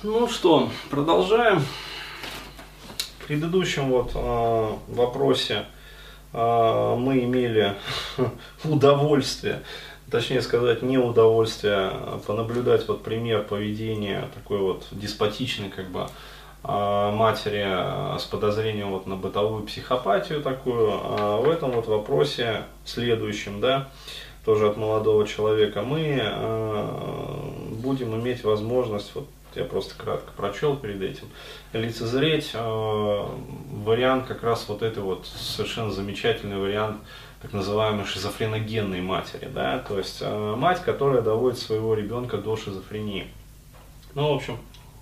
Ну что, продолжаем. В предыдущем вопросе мы имели удовольствие, точнее сказать, не удовольствие, понаблюдать пример поведения такой деспотичной матери с подозрением на бытовую психопатию такую. В этом вопросе следующем, да, тоже от молодого человека, мы будем иметь возможность, я просто кратко прочел перед этим, лицезреть вариант как раз этой совершенно замечательный вариант так называемой шизофреногенной матери, да, то есть мать, которая доводит своего ребенка до шизофрении. Ну, в общем,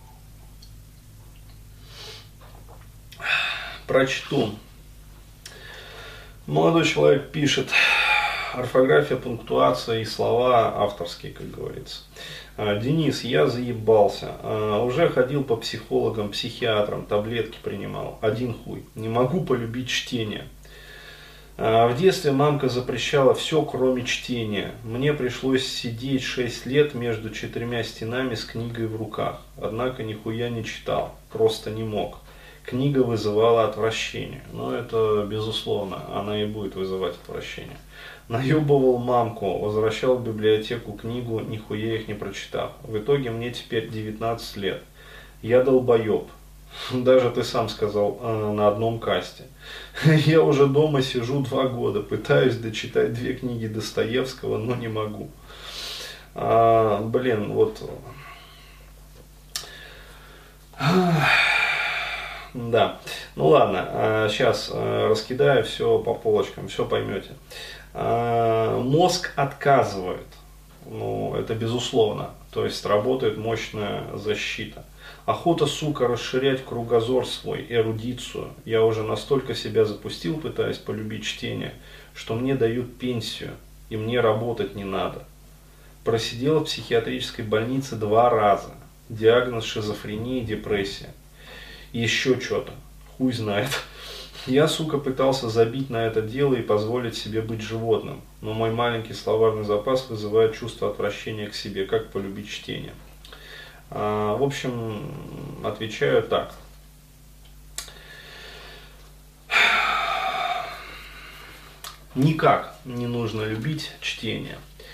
прочту. Молодой человек пишет: орфография, пунктуация и слова авторские, как говорится. Денис, я заебался. Уже ходил по психологам, психиатрам, таблетки принимал. Один хуй. Не могу полюбить чтение. В детстве мамка запрещала все, кроме чтения. Мне пришлось сидеть 6 лет между 4 стенами с книгой в руках. Однако нихуя не читал. Просто не мог. Книга вызывала отвращение. Но это безусловно, она и будет вызывать отвращение. Наебывал мамку, возвращал в библиотеку книгу, нихуя их не прочитав. В итоге мне теперь 19 лет. Я долбоеб. Даже ты сам сказал на одном касте. Я уже дома сижу 2 года, пытаюсь дочитать 2 книги Достоевского, но не могу. Да, ну ладно, сейчас раскидаю все по полочкам, все поймете. Мозг отказывает, ну это безусловно, то есть работает мощная защита. Охота, сука, расширять кругозор свой, эрудицию. Я уже настолько себя запустил, пытаясь полюбить чтение, что мне дают пенсию, и мне работать не надо. Просидел в психиатрической больнице 2 раза. Диагноз шизофрения и депрессия. Еще что-то, хуй знает. Я, сука, пытался забить на это дело и позволить себе быть животным, но мой маленький словарный запас вызывает чувство отвращения к себе, как полюбить чтение. В общем, отвечаю так. Никак не нужно любить чтение.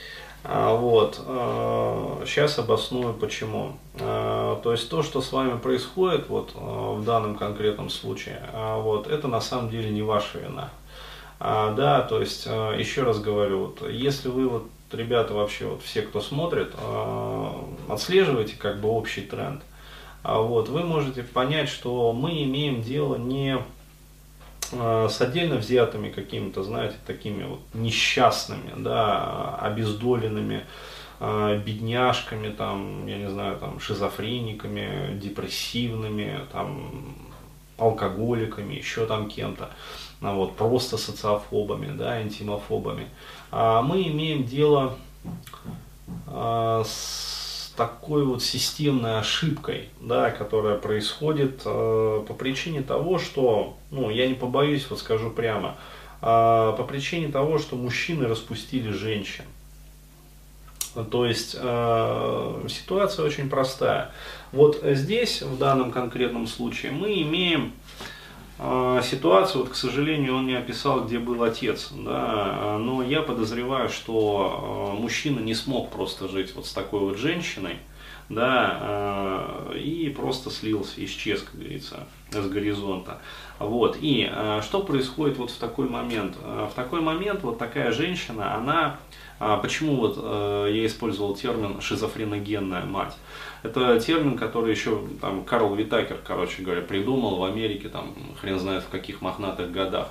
Сейчас обосную почему. То есть то, что с вами происходит в данном конкретном случае, это на самом деле не ваша вина. Да, то есть еще раз говорю, если вы ребята вообще все, кто смотрит, отслеживаете общий тренд, вы можете понять, что мы имеем дело не с отдельно взятыми какими-то, знаете, такими несчастными, да, обездоленными бедняжками, там, я не знаю, там, шизофрениками, депрессивными, там, алкоголиками, еще там кем-то, просто социофобами, да, интимофобами. Мы имеем дело с такой системной ошибкой, да, которая происходит по причине того, что, я не побоюсь, скажу прямо, по причине того, что мужчины распустили женщин. То есть ситуация очень простая. Здесь, в данном конкретном случае, мы имеем ситуацию, к сожалению, он не описал, где был отец, да, но я подозреваю, что мужчина не смог просто жить с такой женщиной, да, и просто слился, исчез, как говорится, с горизонта. И что происходит в такой момент? В такой момент такая женщина, она, почему я использовал термин шизофреногенная мать? Это термин, который еще Карл Витакер, придумал в Америке, хрен знает в каких мохнатых годах.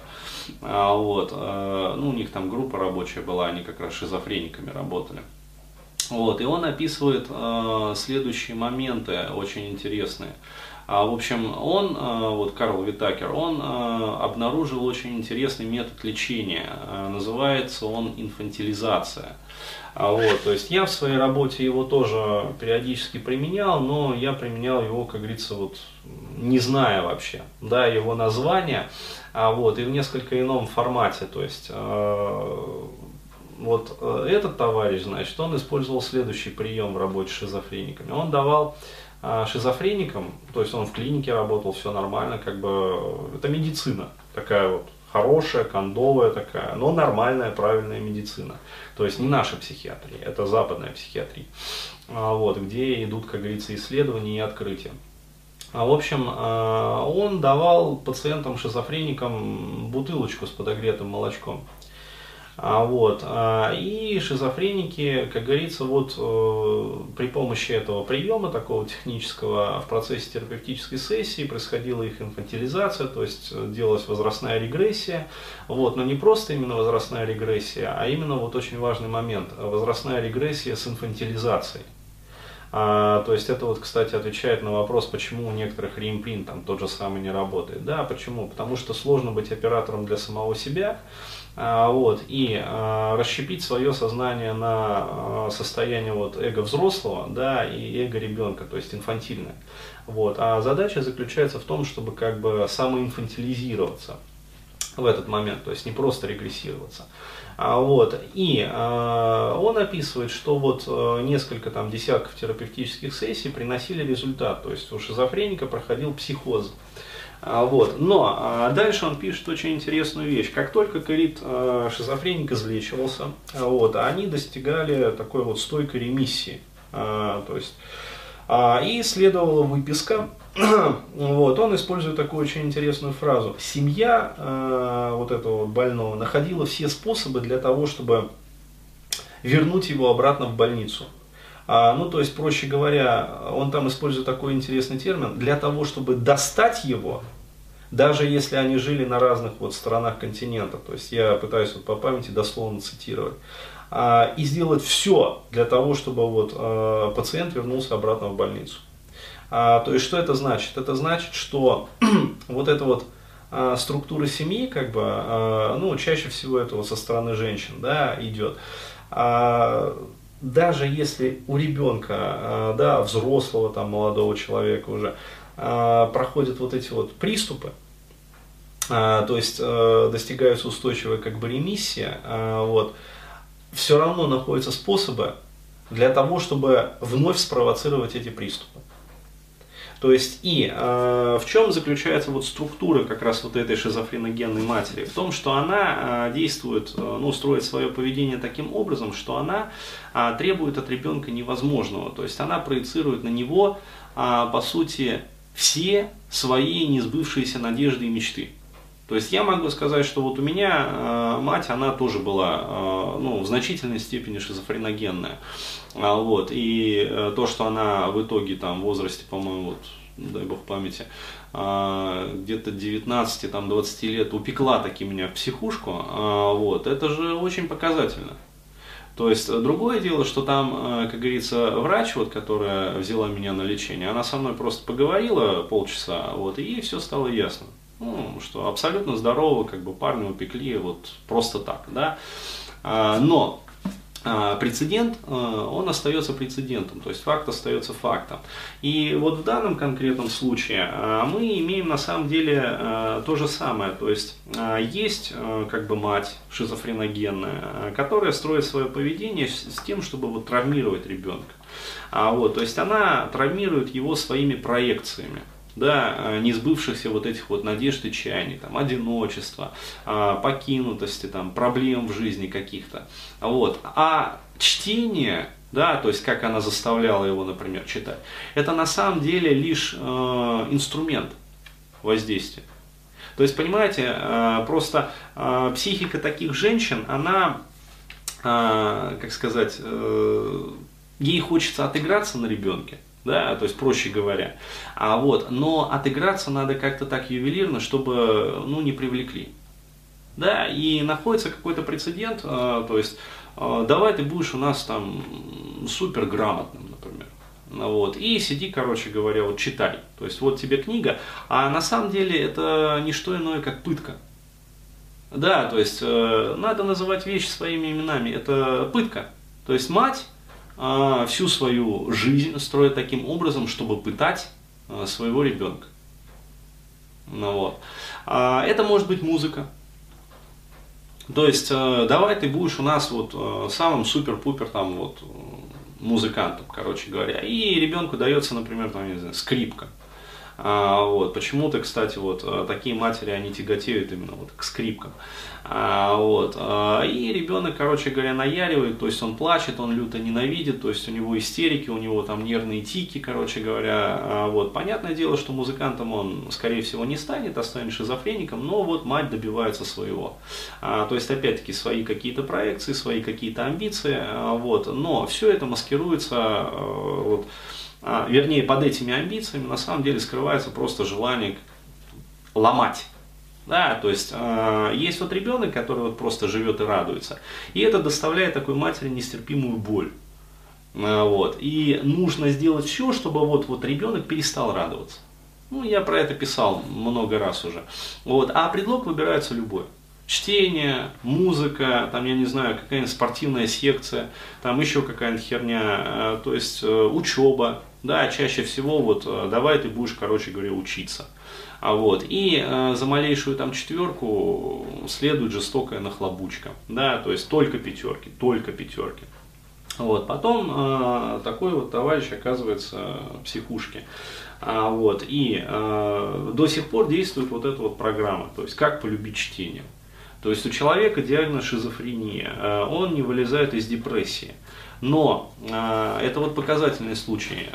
У них там группа рабочая была, они как раз шизофрениками работали. И он описывает следующие моменты, очень интересные. В общем, он, Карл Витакер, он обнаружил очень интересный метод лечения. Называется он инфантилизация. То есть я в своей работе его тоже периодически применял, но я применял его, как говорится, не зная вообще, да, его названия, и в несколько ином формате. То есть вот этот товарищ, значит, он использовал следующий прием в работе с шизофрениками. Он давал шизофреникам, то есть он в клинике работал, все нормально, как бы это медицина такая вот хорошая, кондовая такая, но нормальная, правильная медицина. То есть не наша психиатрия, это западная психиатрия, вот, где идут, как говорится, исследования и открытия. В общем, он давал пациентам-шизофреникам бутылочку с подогретым молочком. Вот. И шизофреники, как говорится, вот при помощи этого приема, такого технического, в процессе терапевтической сессии происходила их инфантилизация, то есть делалась возрастная регрессия. Вот. Но не просто именно возрастная регрессия, а именно вот очень важный момент, возрастная регрессия с инфантилизацией. То есть это вот, кстати, отвечает на вопрос, почему у некоторых реимпринт там тот же самый не работает. Да, почему? Потому что сложно быть оператором для самого себя, вот, и расщепить свое сознание на состояние вот эго взрослого, да, и эго ребенка, то есть инфантильное. Вот. А задача заключается в том, чтобы как бы самоинфантилизироваться в этот момент, то есть не просто регрессироваться. Вот. И он описывает, что вот несколько там десятков терапевтических сессий приносили результат, то есть у шизофреника проходил психоз. Вот. Но дальше он пишет очень интересную вещь. Как только, говорит, шизофреник излечивался, вот, они достигали такой вот стойкой ремиссии. То есть, и следовала выписка. Вот, он использует такую очень интересную фразу. Семья вот этого больного находила все способы для того, чтобы вернуть его обратно в больницу. Ну, то есть, проще говоря, он там использует такой интересный термин, для того, чтобы достать его, даже если они жили на разных вот сторонах континента, то есть я пытаюсь вот по памяти дословно цитировать, и сделать все для того, чтобы вот пациент вернулся обратно в больницу. То есть, что это значит? Это значит, что вот эта вот структура семьи, как бы, ну, чаще всего это вот со стороны женщин, да, идет. Даже если у ребенка, да, взрослого, там, молодого человека уже проходят вот эти вот приступы, то есть достигается устойчивая как бы ремиссия, вот, все равно находятся способы для того, чтобы вновь спровоцировать эти приступы. То есть и в чем заключается вот структура как раз вот этой шизофреногенной матери? В том, что она действует, ну, строит свое поведение таким образом, что она требует от ребенка невозможного. То есть она проецирует на него, по сути, все свои несбывшиеся надежды и мечты. То есть я могу сказать, что вот у меня мать, она тоже была, ну, в значительной степени шизофреногенная. Вот, и то, что она в итоге там в возрасте, по-моему, вот, дай бог памяти, где-то 19-20 лет упекла таки меня в психушку, вот, это же очень показательно. То есть другое дело, что там, как говорится, врач, вот, которая взяла меня на лечение, она со мной просто поговорила полчаса, вот, и ей все стало ясно. Ну, что абсолютно здорового как бы парня упекли вот просто так, да. Но прецедент, он остается прецедентом, то есть факт остается фактом. И вот в данном конкретном случае мы имеем на самом деле то же самое, то есть есть как бы мать шизофреногенная, которая строит свое поведение с тем, чтобы вот травмировать ребенка. Вот, то есть она травмирует его своими проекциями. Да, несбывшихся вот этих вот надежд и чаяний, там, одиночества, покинутости, там, проблем в жизни каких-то. Вот. А чтение, да, то есть как она заставляла его, например, читать, это на самом деле лишь инструмент воздействия. То есть, понимаете, просто психика таких женщин, она, как сказать, ей хочется отыграться на ребенке. Да, то есть, проще говоря. Вот, но отыграться надо как-то так ювелирно, чтобы, ну, не привлекли. Да, и находится какой-то прецедент, то есть, давай ты будешь у нас там супер грамотным, например. Вот, и сиди, короче говоря, вот читай. То есть, вот тебе книга, а на самом деле это не что иное, как пытка. Да, то есть, надо называть вещи своими именами. Это пытка. То есть, мать всю свою жизнь строит таким образом, чтобы пытать своего ребенка. Ну, вот. Это может быть музыка. То есть, давай ты будешь у нас вот самым супер-пупер там вот музыкантом, короче говоря. И ребенку дается, например, там, не знаю, скрипка. Вот. Почему-то, кстати, вот такие матери, они тяготеют именно вот к скрипкам. Вот. И ребенок, короче говоря, наяривает, то есть он плачет, он люто ненавидит, то есть у него истерики, у него там нервные тики, короче говоря. Вот. Понятное дело, что музыкантом он, скорее всего, не станет, а станет шизофреником, но вот мать добивается своего. То есть, опять-таки, свои какие-то проекции, свои какие-то амбиции, вот. Но все это маскируется, вот, вернее, под этими амбициями на самом деле скрывается просто желание ломать. Да, то есть есть вот ребенок, который вот просто живет и радуется, и это доставляет такой матери нестерпимую боль. Вот. И нужно сделать все, чтобы вот ребенок перестал радоваться. Ну, я про это писал много раз уже. Вот. А предлог выбирается любой. Чтение, музыка, там, я не знаю, какая-нибудь спортивная секция, там еще какая-нибудь херня, то есть учеба, да, чаще всего вот давай ты будешь, короче говоря, учиться. Вот. И за малейшую там четверку следует жестокая нахлобучка, да, то есть только пятерки, только пятерки. Вот. Потом такой вот товарищ оказывается в психушке. Вот. И до сих пор действует вот эта вот программа, то есть как полюбить чтение. То есть у человека диагноз шизофрения, он не вылезает из депрессии. Но это вот показательный случай.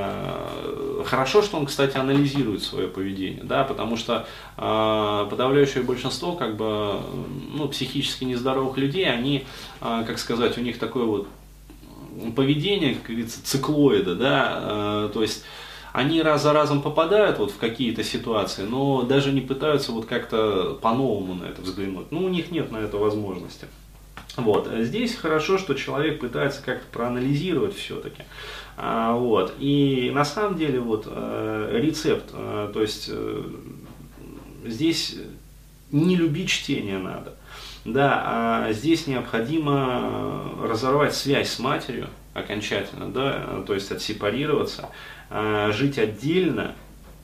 Хорошо, что он, кстати, анализирует свое поведение, да, потому что подавляющее большинство как бы, ну, психически нездоровых людей, они, как сказать, у них такое вот поведение, как говорится, циклоида, да, то есть они раз за разом попадают вот в какие-то ситуации, но даже не пытаются вот как-то по-новому на это взглянуть. Ну, у них нет на это возможности. Вот. Здесь хорошо, что человек пытается как-то проанализировать все-таки. Вот. И на самом деле вот рецепт, то есть здесь не любить чтение надо. Да, а здесь необходимо разорвать связь с матерью окончательно, да, то есть отсепарироваться, жить отдельно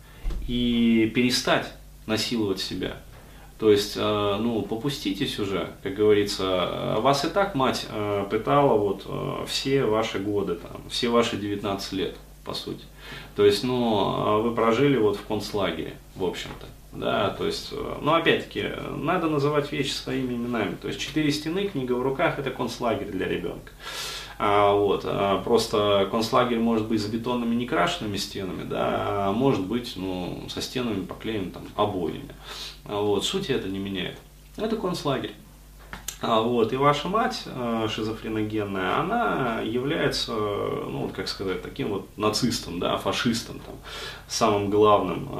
и перестать насиловать себя. То есть, ну, попуститесь уже, как говорится, вас и так мать пытала вот все ваши годы, там, все ваши 19 лет, по сути. То есть, ну, вы прожили вот в концлагере, в общем-то. Да, то есть, ну, опять-таки, надо называть вещи своими именами. То есть, 4 стены, книга в руках – это концлагерь для ребенка. Вот. Просто концлагерь может быть с бетонными некрашенными стенами, да, а может быть, ну, со стенами поклеенными там обоями. Вот. Суть это не меняет. Это концлагерь. Вот. И ваша мать шизофреногенная, она является, ну, вот, как сказать, таким вот нацистом, да, фашистом, там, самым главным,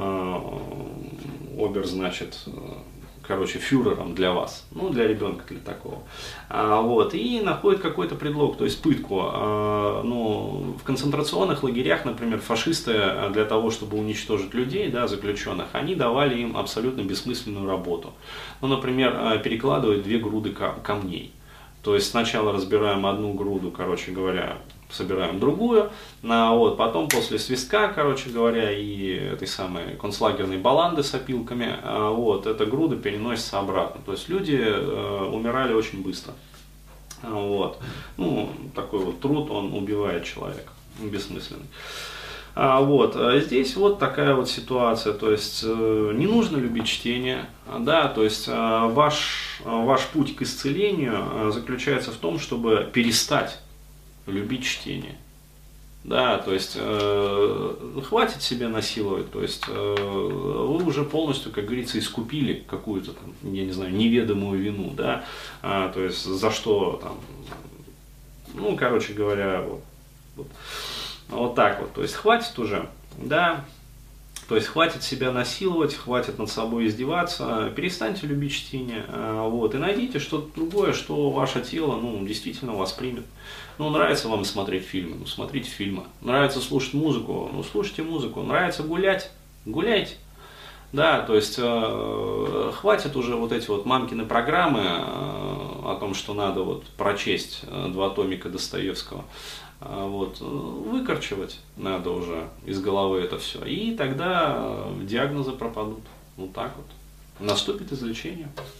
значит, короче, фюрером для вас, ну, для ребенка, для такого. Вот, и находит какой-то предлог, то есть пытку. Ну, в концентрационных лагерях, например, фашисты для того, чтобы уничтожить людей, да, заключенных, они давали им абсолютно бессмысленную работу. Ну, например, перекладывать 2 груды камней. То есть сначала разбираем одну груду, короче говоря, собираем другую, вот, потом после свистка, короче говоря, и этой самой концлагерной баланды с опилками, вот, эта груда переносится обратно. То есть люди умирали очень быстро. Вот. Ну, такой вот труд, он убивает человека, бессмысленный. Вот. Здесь вот такая вот ситуация, то есть не нужно любить чтение, да, то есть ваш путь к исцелению заключается в том, чтобы перестать любить чтение. Да, то есть хватит себя насиловать, то есть вы уже полностью, как говорится, искупили какую-то там, я не знаю, неведомую вину, да, то есть за что там, ну, короче говоря, вот так вот, то есть хватит уже, да, то есть хватит себя насиловать, хватит над собой издеваться, перестаньте любить чтение, вот, и найдите что-то другое, что ваше тело, ну, действительно вас примет. Ну, нравится вам смотреть фильмы, ну, смотрите фильмы. Нравится слушать музыку, ну, слушайте музыку. Нравится гулять, гуляйте. Да, то есть хватит уже вот эти вот мамкины программы о том, что надо вот прочесть 2 томика Достоевского. Вот, выкорчевать надо уже из головы это все. И тогда диагнозы пропадут. Вот так вот. Наступит излечение.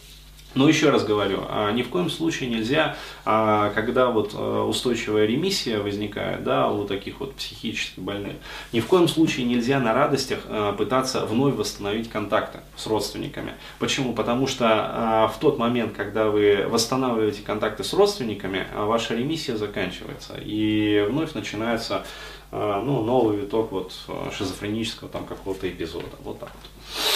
Но еще раз говорю, ни в коем случае нельзя, когда вот устойчивая ремиссия возникает, да, у таких вот психически больных, ни в коем случае нельзя на радостях пытаться вновь восстановить контакты с родственниками. Почему? Потому что в тот момент, когда вы восстанавливаете контакты с родственниками, ваша ремиссия заканчивается и вновь начинается, ну, новый виток вот шизофренического там какого-то эпизода. Вот так вот.